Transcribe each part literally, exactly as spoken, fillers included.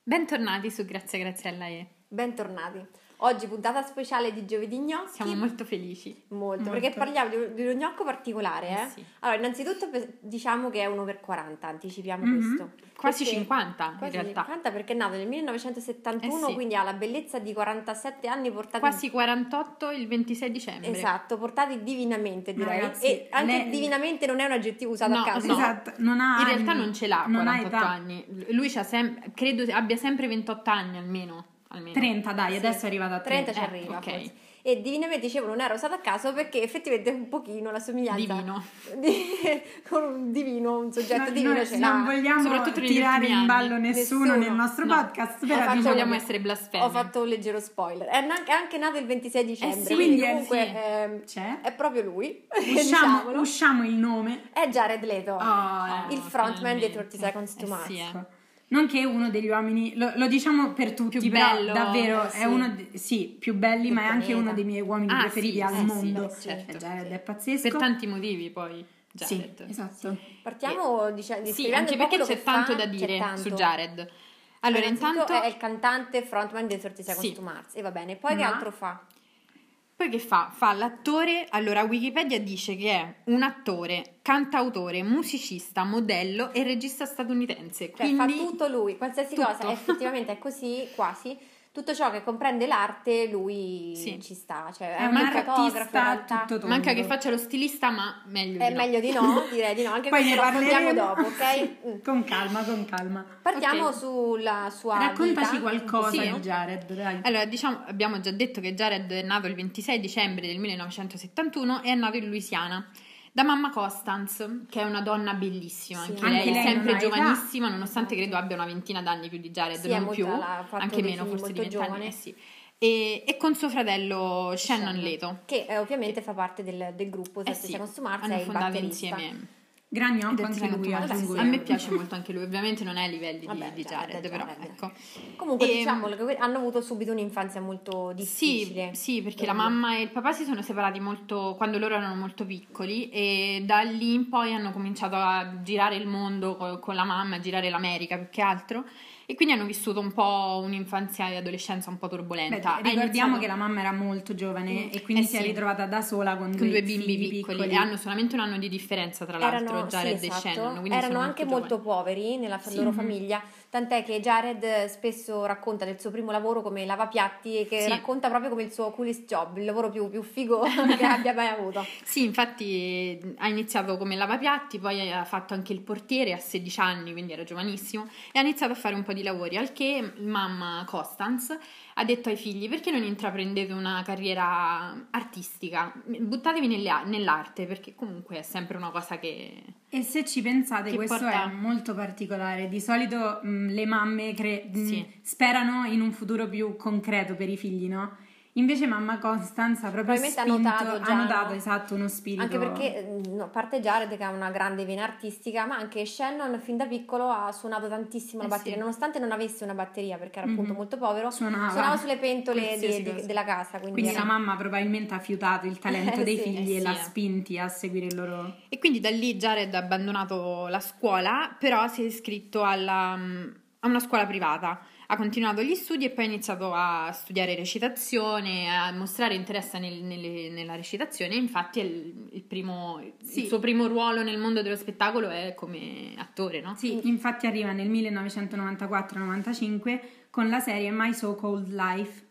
Bentornati su Grazie Graziella e... Bentornati. Oggi puntata speciale di Giovedì Gnocchi. Siamo molto felici. Molto, molto. perché parliamo di, di uno gnocco particolare. Eh? Eh sì. Allora, innanzitutto diciamo che è uno per quaranta, anticipiamo mm-hmm. questo. Quasi perché, cinquanta quasi in realtà. cinquanta perché è nato nel millenovecentosettantuno, eh sì. quindi ha la bellezza di quarantasette anni portati... Quasi quarantotto il ventisei dicembre. Esatto, portati divinamente direi. Ragazzi, e anche lei... divinamente non è un aggettivo usato no, a caso. No, esatto, non ha in anni, realtà non ce l'ha non quarantotto anni. Lui c'ha sem- credo abbia sempre ventotto anni almeno. Almeno. trenta dai, sì. adesso è arrivato a trenta. trenta ci arriva, ok. Forse. E divinamente dicevo non era usato a caso perché effettivamente un pochino la somiglianza divino di, con un divino, un soggetto no, divino noi ce non l'ha. vogliamo tirare in ballo anni. nessuno, nessuno nel nostro no. podcast, però fatto, diciamo vogliamo che... essere blasfemi. Ho fatto un leggero spoiler. È anche, anche nato il ventisei dicembre, eh sì, quindi quindi comunque sì. è, C'è? è proprio lui. Usciamo, usciamo il nome. È Jared Leto, oh, il frontman finalmente. di thirty Seconds to eh Mars. Sì, eh. Nonché uno degli uomini, lo, lo diciamo per tutti, più però bello, davvero eh, sì. è uno, de- sì, più belli, Più ma è anche pianeta. uno dei miei uomini ah, preferiti sì, al eh, mondo. sì, certo. Jared sì. è pazzesco. Per tanti motivi poi. Jared. Sì, esatto. Partiamo e, dicendo sì, anche perché c'è che tanto fa, da dire tanto. su Jared. Allora, intanto è il cantante frontman di thirty Seconds sì. to Mars. E va bene, poi ma... che altro fa? Poi che fa? Fa l'attore, allora Wikipedia dice che è un attore, cantautore, musicista, modello e regista statunitense. Cioè quindi fa tutto lui, qualsiasi tutto. cosa, effettivamente è così, quasi. Tutto ciò che comprende l'arte lui sì. ci sta, cioè è, è un artista tutto tondo. Manca che faccia lo stilista, ma meglio è di no. meglio di no, direi di no, anche poi questo ne lo affrontiamo dopo, parleremo. ok? Con calma, con calma. Partiamo okay. sulla sua Raccontaci vita. qualcosa sì, di no? Jared, dai. Allora, diciamo, abbiamo già detto che Jared è nato il ventisei dicembre del millenovecentosettantuno e è nato in Louisiana da mamma Constance, che è una donna bellissima, sì, anche, anche lei, lei sempre non ha giovanissima, età. nonostante credo abbia una ventina d'anni più di Jared, sì, non molto, più, anche meno, forse di vent'anni. Eh sì. E, e con suo fratello Shannon, Shannon Leto, che eh, ovviamente fa parte del, del gruppo eh sì, Seconds to Mars, hanno è il fondato batterista. insieme. Gran gnocco anche lui, aggiungo a me piace molto anche lui, ovviamente non è ai livelli Vabbè, di, di Jared, Jared, però Jared. ecco. Comunque e, diciamo che hanno avuto subito un'infanzia molto difficile. Sì, sì, perché la mamma e il papà si sono separati molto quando loro erano molto piccoli e da lì in poi hanno cominciato a girare il mondo con, con la mamma, a girare l'America più che altro. E quindi hanno vissuto un po' un'infanzia e adolescenza un po' turbolenta. Beh, ricordiamo iniziato... che la mamma era molto giovane mm. e quindi eh si sì. è ritrovata da sola con, con due, due bimbi figli piccoli, piccoli e hanno solamente un anno di differenza tra l'altro, erano, Jared sì, e esatto. Shannon. Quindi Erano sono anche molto, molto poveri nella sì. loro famiglia, tant'è che Jared spesso racconta del suo primo lavoro come lavapiatti e che sì. racconta proprio come il suo coolest job, il lavoro più, più figo che abbia mai avuto. Sì, infatti ha iniziato come lavapiatti, poi ha fatto anche il portiere a sedici anni, quindi era giovanissimo, e ha iniziato a fare un po' di lavori, al che mamma Constance ha detto ai figli: perché non intraprendete una carriera artistica, buttatevi nelle, nell'arte, perché comunque è sempre una cosa che e se ci pensate che questo porta... è molto particolare. Di solito mh, le mamme cre- mh, sì. sperano in un futuro più concreto per i figli, no? Invece mamma Constance ha proprio spinto, ha notato, già, ha notato no? esatto uno spirito, anche perché no, a parte Jared che ha una grande vena artistica, ma anche Shannon fin da piccolo ha suonato tantissimo eh la batteria, sì. nonostante non avesse una batteria perché era mm-hmm. appunto molto povero, suonava, suonava sulle pentole di, di, della casa, quindi, quindi era... la mamma probabilmente ha fiutato il talento eh, dei sì, figli eh, e sì, l'ha eh. spinti a seguire il loro... E quindi da lì Jared ha abbandonato la scuola, però si è iscritto alla, a una scuola privata. Ha continuato gli studi e poi ha iniziato a studiare recitazione, a mostrare interesse nel, nelle, nella recitazione. Infatti è il, il, primo, sì. il suo primo ruolo nel mondo dello spettacolo è come attore, no? Sì, infatti arriva nel millenovecentonovantaquattro novantacinque con la serie My So-Called Life.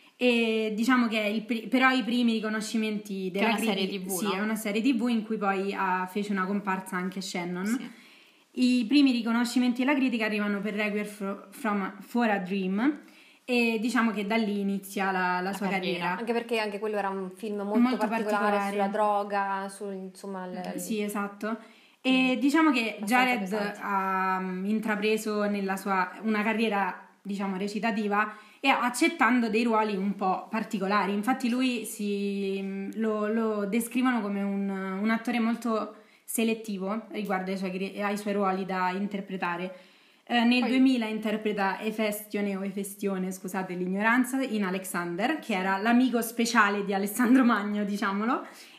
E diciamo che il pri- però i primi riconoscimenti della che è una criti- serie tv, sì, no? è una serie tv in cui poi ha, fece una comparsa anche Shannon. Sì. I primi riconoscimenti della critica arrivano per Requiem from, for a Dream e diciamo che da lì inizia la, la, la sua carriera. carriera. Anche perché anche quello era un film molto, molto particolare, particolare sulla droga, sul, insomma... Il... Sì, esatto. E diciamo che Jared pesante. ha intrapreso nella sua una carriera, diciamo, recitativa e accettando dei ruoli un po' particolari. Infatti lui si, lo, lo descrivono come un, un attore molto selettivo riguardo ai suoi, ai suoi ruoli da interpretare. Eh, nel Poi... duemila interpreta Efestione o Efestione, scusate l'ignoranza, in Alexander, che era l'amico speciale di Alessandro Magno, diciamolo,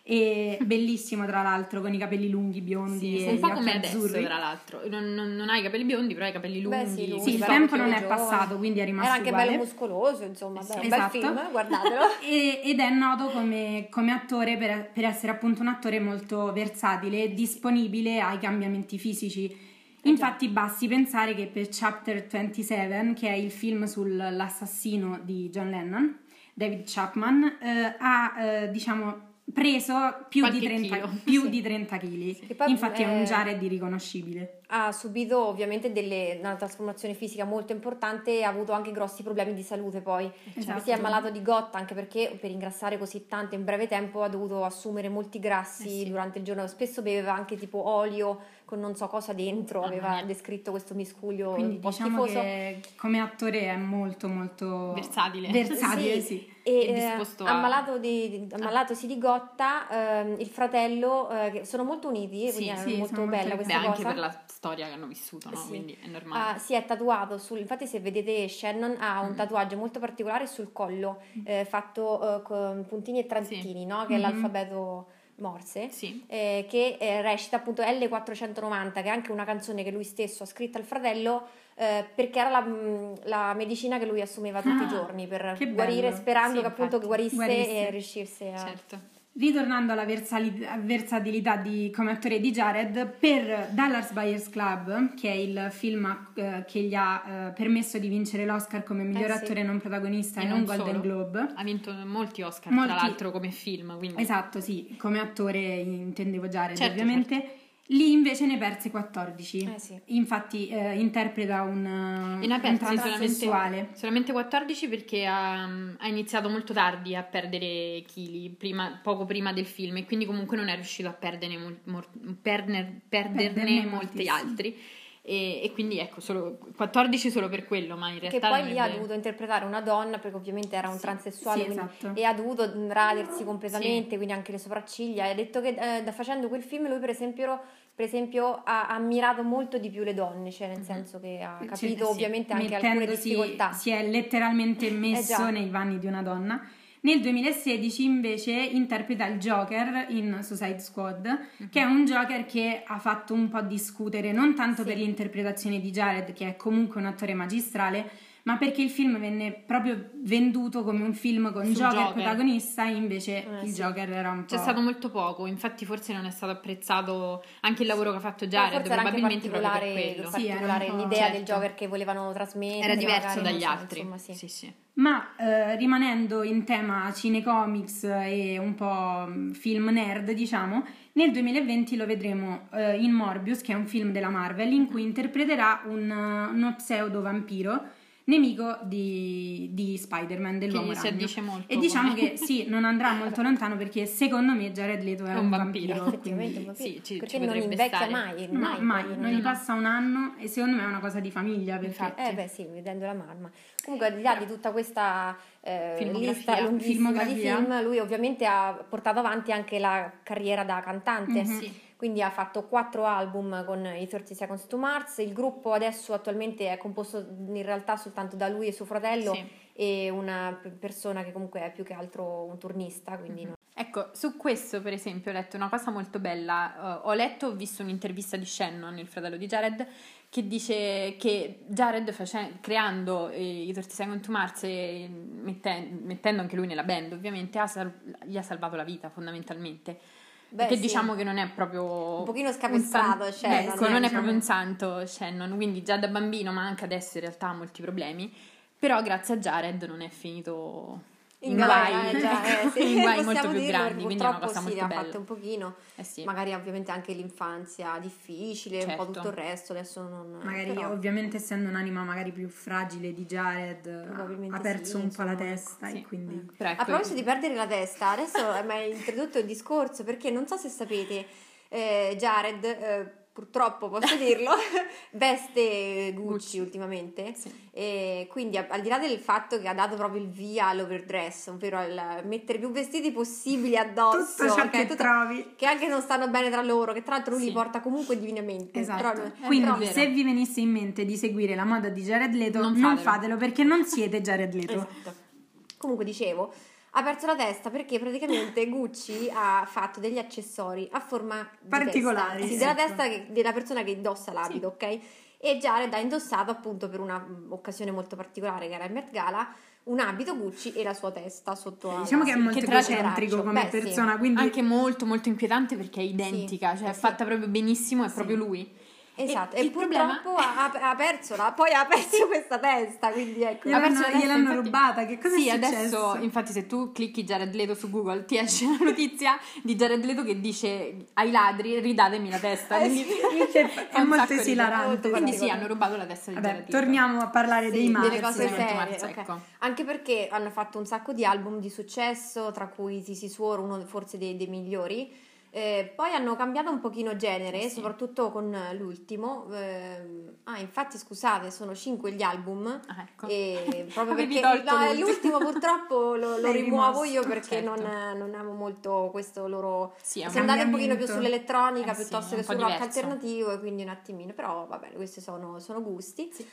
e bellissimo tra l'altro, con i capelli lunghi, biondi, sì, e un po' gli come occhi adesso azzurri. tra l'altro, non, non, non ha i capelli biondi però ha i capelli lunghi. Beh, sì, lui, Sì, il però tempo non è giovane. passato, quindi è rimasto Era anche uguale. bello muscoloso, insomma, Sì, beh, un esatto. bel film, guardatelo. e, ed è noto come, come attore per, per essere appunto un attore molto versatile, disponibile ai cambiamenti fisici. Infatti basti pensare che per Chapter ventisette, che è il film sull'assassino di John Lennon, David Chapman, eh, ha eh, diciamo preso più Qualche di trenta chilo. più Sì. di trenta chili. Che poi, Infatti è un eh, Jared irriconoscibile. Ha subito ovviamente delle, una trasformazione fisica molto importante e ha avuto anche grossi problemi di salute poi. Esatto. Si è ammalato di gotta anche perché per ingrassare così tanto in breve tempo ha dovuto assumere molti grassi Eh sì. durante il giorno, spesso beveva anche tipo olio con non so cosa dentro, Mamma aveva mia. descritto questo miscuglio Quindi un po' diciamo schifoso. che come attore è molto molto Versatile. versatile, sì. E È eh, disposto a- ammalato di, di- ammalatosi di gotta, ehm, il fratello, eh, che sono molto uniti, Sì, quindi è sì, molto sono molto bella legati. Beh, questa anche cosa. per la storia che hanno vissuto, no? Sì. Quindi è normale. Ah, si è tatuato sul, infatti se vedete Shannon ha un Mm. tatuaggio molto particolare sul collo, eh, fatto eh, con puntini e trattini, no? Che è Mhm. l'alfabeto Morse, Sì. eh, che eh, recita appunto L quattrocentonovanta, che è anche una canzone che lui stesso ha scritto al fratello, eh, perché era la, mh, la medicina che lui assumeva tutti Ah, i giorni per che guarire, bello. sperando Sì, che appunto infatti. guarisse, Guarisse. e riuscisse a... Certo. Ritornando alla versali- versatilità di, come attore di Jared, per Dallas Buyers Club, che è il film eh, che gli ha eh, permesso di vincere l'Oscar come miglior Eh, sì. attore non protagonista E e non un Golden solo. Globe. Ha vinto molti Oscar, Molti- tra l'altro, come film. Quindi... Esatto, sì, come attore intendevo Jared, Certo, ovviamente. Lì invece ne perse quattordici. Eh, sì. Infatti eh, interpreta un, E ne ha un persi transessuale. solamente, solamente quattordici perché ha, ha iniziato molto tardi a perdere chili, prima, poco prima del film, e quindi comunque non è riuscito a perderne, mol- mor- perne- perderne Perderne molti moltissimi. altri. E, e quindi ecco, solo quattordici solo per quello, ma in realtà Che poi non lì è ha vero. dovuto interpretare una donna perché ovviamente era un Sì, transessuale, sì, quindi- esatto. e ha dovuto radersi completamente, quindi anche le sopracciglia, e ha detto che eh, da facendo quel film lui per esempio, per esempio ha ammirato molto di più le donne, cioè nel Mhm. senso che ha Cioè, capito sì, ovviamente anche alcune Mettendosi- difficoltà. si è letteralmente messo Eh già. nei panni di una donna. Nel duemilasedici invece interpreta il Joker in Suicide Squad, che è un Joker che ha fatto un po' discutere, non tanto Sì. per l'interpretazione di Jared, che è comunque un attore magistrale, ma perché il film venne proprio venduto come un film con Su Joker, Joker. protagonista, e invece Eh, il sì. Joker era un po'... C'è stato molto poco, infatti forse non è stato apprezzato anche il lavoro che ha fatto Ma Jared, forse era anche probabilmente proprio per particolare, quello. Sì, era particolare un po'- l'idea del certo. Joker che volevano trasmettere. Era diverso magari, dagli non so, altri. insomma, sì. Sì, sì. Ma eh, rimanendo in tema cinecomics e un po' mh, film nerd, diciamo, nel duemilaventi lo vedremo eh, in Morbius, che è un film della Marvel, in cui interpreterà un, uno pseudo vampiro nemico di, di Spider-Man, dell'uomo Che si ragno. addice molto E diciamo come- che sì, non andrà molto lontano perché secondo me Jared Leto è, È un un vampiro, vampiro. Effettivamente, quindi- un sì, ci- perché ci non potrebbe invecchia stare. mai, No, mai, mai, proprio, non gli passa un anno e secondo me è una cosa di famiglia perché Infatti. Eh beh sì, vedendo la marma. Comunque al di là di tutta questa eh, Filmografia. lista lunghissima di Filmografia. film, lui ovviamente ha portato avanti anche la carriera da cantante. Mhm. Sì. Quindi ha fatto quattro album con i thirty Seconds to Mars. Il gruppo adesso attualmente è composto in realtà soltanto da lui e suo fratello Sì. e una p- persona che comunque è più che altro un turnista, quindi Mhm. no. Ecco, su questo per esempio ho letto una cosa molto bella. Uh, ho letto, ho visto un'intervista di Shannon, il fratello di Jared, che dice che Jared face- creando eh, i thirty Seconds to Mars e mette- mettendo anche lui nella band ovviamente ha sal- gli ha salvato la vita fondamentalmente. Beh, Perché sì. diciamo che non è proprio Un pochino scapestrato, un san- Shannon, Ecco, eh, non è diciamo. proprio un santo Shannon, quindi già da bambino ma anche adesso in realtà ha molti problemi, però grazie a Jared non è finito in guai, guai, eh, già, eh, sì, in guai possiamo molto più dirlo, grandi, perché quindi è una purtroppo cosa sì, molto ha bella. fatto un pochino, Eh sì. magari ovviamente anche l'infanzia difficile, un po' Certo. tutto il resto, adesso non... magari però- ovviamente essendo un'anima magari più fragile di Jared ha- Probabilmente ha perso sì, un po' la insomma, testa sì. e quindi Però ecco, A proposito di perdere la testa, adesso mi hai introdotto il discorso perché non so se sapete, eh, Jared, eh, purtroppo posso dirlo, veste Gucci, Gucci. ultimamente, Sì. e quindi a- al di là del fatto che ha dato proprio il via all'overdress, ovvero al mettere più vestiti possibili addosso, tutto ciò ok, che tutto- trovi. che anche non stanno bene tra loro, che tra l'altro lui Sì. li porta comunque divinamente. Esatto. Però- Quindi però- vero. se vi venisse in mente di seguire la moda di Jared Leto, Non non fatelo. fatelo perché non siete Jared Leto. Esatto. Comunque dicevo, Ha perso la testa perché praticamente Gucci ha fatto degli accessori a forma di particolari, testa, sì, sì, della ecco. testa che, della persona che indossa l'abito, sì. Ok? E Jared ha indossato appunto per un'occasione molto particolare che era il Met Gala un abito Gucci e la sua testa sotto a diciamo che è molto egocentrico come Beh, persona, sì. quindi anche molto molto inquietante perché è identica, sì, cioè è sì. fatta proprio benissimo, è sì. proprio lui. Esatto, e, e, il purtroppo problema... ha, ha perso la, poi ha perso questa testa, quindi ecco. gliel'hanno, ha perso gliel'hanno infatti, rubata, che cosa sì, è successo? Adesso, infatti se tu clicchi Jared Leto su Google ti esce la notizia di Jared Leto che dice ai ladri ridatemi la testa, Eh, quindi sì. È molto esilarante. Quindi sì, hanno rubato la testa di Vabbè, Jared Leto. torniamo a parlare sì, dei Mars. delle cose Sì, serie, okay. Anche perché hanno fatto un sacco di album di successo, tra cui This Is War, uno forse dei, dei migliori. Eh, poi hanno cambiato un pochino genere, sì. Soprattutto con l'ultimo. Eh, ah, infatti, scusate, sono cinque gli album. Ah, ecco. E proprio Avevi perché tolto no, l'ultimo. l'ultimo purtroppo lo, lo rimuovo io perché certo. non, non amo molto questo loro. Sì, sono andate un pochino più sull'elettronica eh, piuttosto sì, che sul rock diverso. alternativo, e quindi un attimino. Però va bene, questi sono, sono gusti. Sì.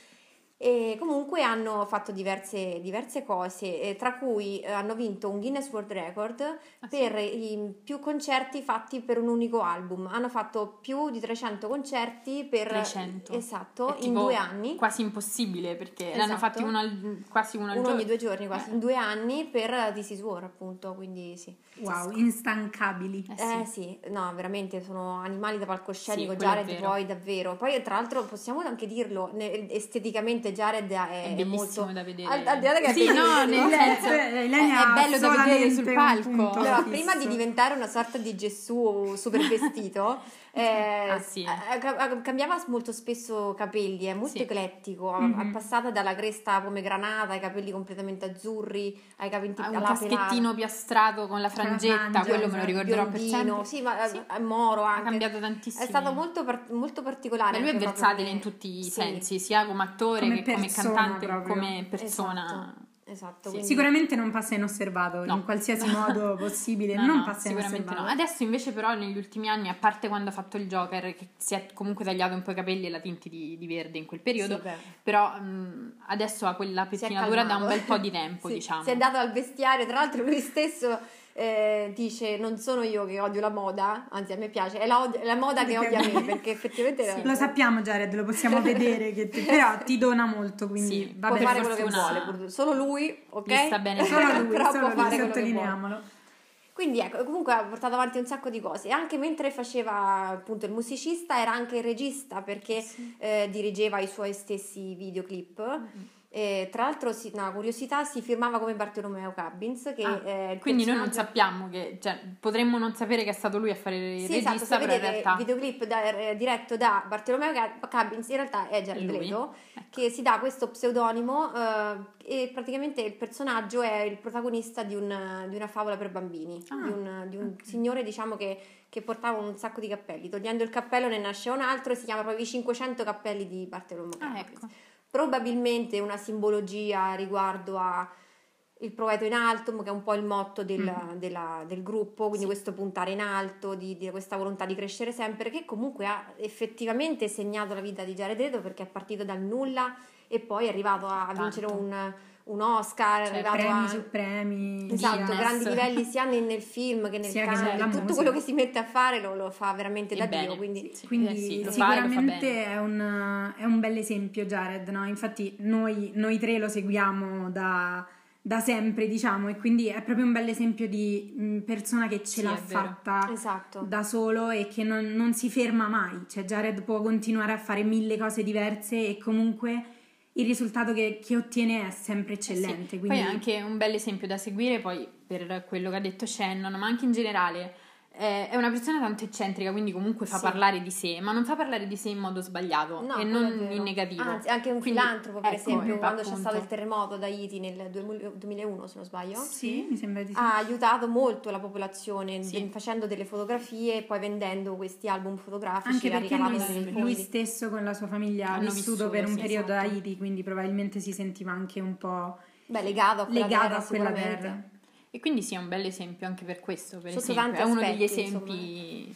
E comunque hanno fatto diverse, diverse cose, eh, tra cui eh, hanno vinto un Guinness World Record ah, per sì. i più concerti fatti per un unico album. Hanno fatto più di trecento concerti per trecento esatto, in due anni. Quasi impossibile perché esatto. l'hanno fatti uno al, quasi uno al uno giorno. ogni due giorni, quasi eh. in due anni per This Is War, appunto. Quindi sì. Wow, instancabili. Eh, sì. eh sì, no, veramente sono animali da palcoscenico. Sì, Jared poi davvero. Poi tra l'altro possiamo anche dirlo, ne, esteticamente Jared è, è bellissimo molto da vedere. Al, al di là che sì, è no, nel senso, è, è, è bello da vedere sul palco. Allora, prima di diventare una sorta di Gesù super vestito, eh, ah, sì. cambiava molto spesso capelli, è molto sì. eclettico. Mm-hmm. È passata dalla cresta pomegranata ai capelli completamente azzurri, ai capelli un caschettino pelata. piastrato con la frangetta, la quello me lo ricorderò biondino, per sempre. Sì, ma sì. È moro anche. Ha cambiato tantissimo. È stato molto, molto particolare. Ma lui è versatile in tutti i sì. sensi, sia come attore come che come cantante, proprio. come persona. Esatto. Esatto, sì, quindi... sicuramente non passa inosservato no. in qualsiasi modo possibile, no, non no, passa sicuramente inosservato. No. Adesso invece però negli ultimi anni, a parte quando ha fatto il Joker, che si è comunque tagliato un po' i capelli e la tinti di, di verde in quel periodo, sì, però mh, adesso ha quella pettinatura da un bel po' di tempo, sì, diciamo. Si è andato al vestiario, tra l'altro lui stesso eh, dice non sono io che odio la moda, anzi a me piace, è la, odio, è la moda che odia me, perché effettivamente sì, lo sappiamo Jared, lo possiamo vedere che ti, però ti dona molto, quindi sì, va può fare quello che vuole, solo lui, ok? Gli sta bene solo lui, però solo può fare lui, sottolineiamolo. Quindi ecco, comunque ha portato avanti un sacco di cose, anche mentre faceva appunto il musicista era anche il regista, perché sì. eh, dirigeva i suoi stessi videoclip. Mm-hmm. E, tra l'altro, si, una curiosità, si firmava come Bartolomeo Cabbins, che ah, è quindi noi non sappiamo che, cioè, potremmo non sapere che è stato lui a fare il sì, regista, esatto, però in realtà il videoclip da, eh, diretto da Bartolomeo Cabbins in realtà è Jared Leto, ecco. Che si dà questo pseudonimo eh, e praticamente il personaggio è il protagonista di, un, di una favola per bambini, ah, di un, di un okay. signore, diciamo, che che portava un sacco di cappelli, togliendo il cappello ne nasce un altro e si chiama proprio i cinquecento cappelli di Bartolomeo Cabbins. Ah, ecco. Probabilmente una simbologia riguardo a il proveto in alto, che è un po' il motto del, mm. della, del gruppo, quindi sì. questo puntare in alto, di, di questa volontà di crescere sempre, che comunque ha effettivamente segnato la vita di Jared Leto, perché è partito dal nulla e poi è arrivato a Tanto. vincere un, un Oscar, cioè, è arrivato premi a su premi, esatto, Guinness. grandi livelli sia nel, nel film che nel sia canto, che tutto musica. quello che si mette a fare lo, lo fa veramente e da bene. Dio, quindi, sì, sì. quindi eh sì, sicuramente è un, è un bel esempio Jared, no? Infatti noi, noi tre lo seguiamo da, da sempre, diciamo, e quindi è proprio un bel esempio di mh, persona che ce sì, l'ha fatta esatto. da solo e che non, non si ferma mai, cioè Jared può continuare a fare mille cose diverse e comunque il risultato che, che ottiene è sempre eccellente. Sì. Quindi... Poi è anche un bel esempio da seguire poi per quello che ha detto Shannon, ma anche in generale eh, è una persona tanto eccentrica, quindi comunque fa sì. parlare di sé, ma non fa parlare di sé in modo sbagliato no, e non in negativo. Anzi, anche un quindi, filantropo, per ecco, esempio, quando appunto. c'è stato il terremoto da Haiti nel duemilauno, se non sbaglio, sì, mi sembra di sì. ha aiutato molto la popolazione sì. facendo delle fotografie e poi vendendo questi album fotografici. Anche perché lui, lui stesso con la sua famiglia ha vissuto, vissuto per un sì, periodo esatto. a Haiti, quindi probabilmente si sentiva anche un po' Beh, legato a quella legato terra, a quella terra. E quindi sì, è un bel esempio anche per questo, per Sotto esempio, è aspetti, uno degli esempi. Insomma.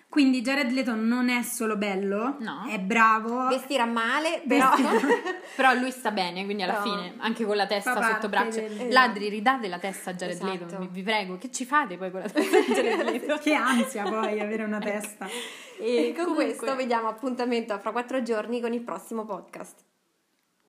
Quindi Jared Leto non è solo bello, no. è bravo, vestirà male, però... però lui sta bene, quindi alla però... fine anche con la testa Fa sotto braccio. del... Ladri, ridate la testa a Jared esatto. Leto, vi, vi prego, che ci fate poi con la testa di Jared Leto? Che ansia poi avere una testa. E con comunque... questo vediamo appuntamento fra quattro giorni con il prossimo podcast.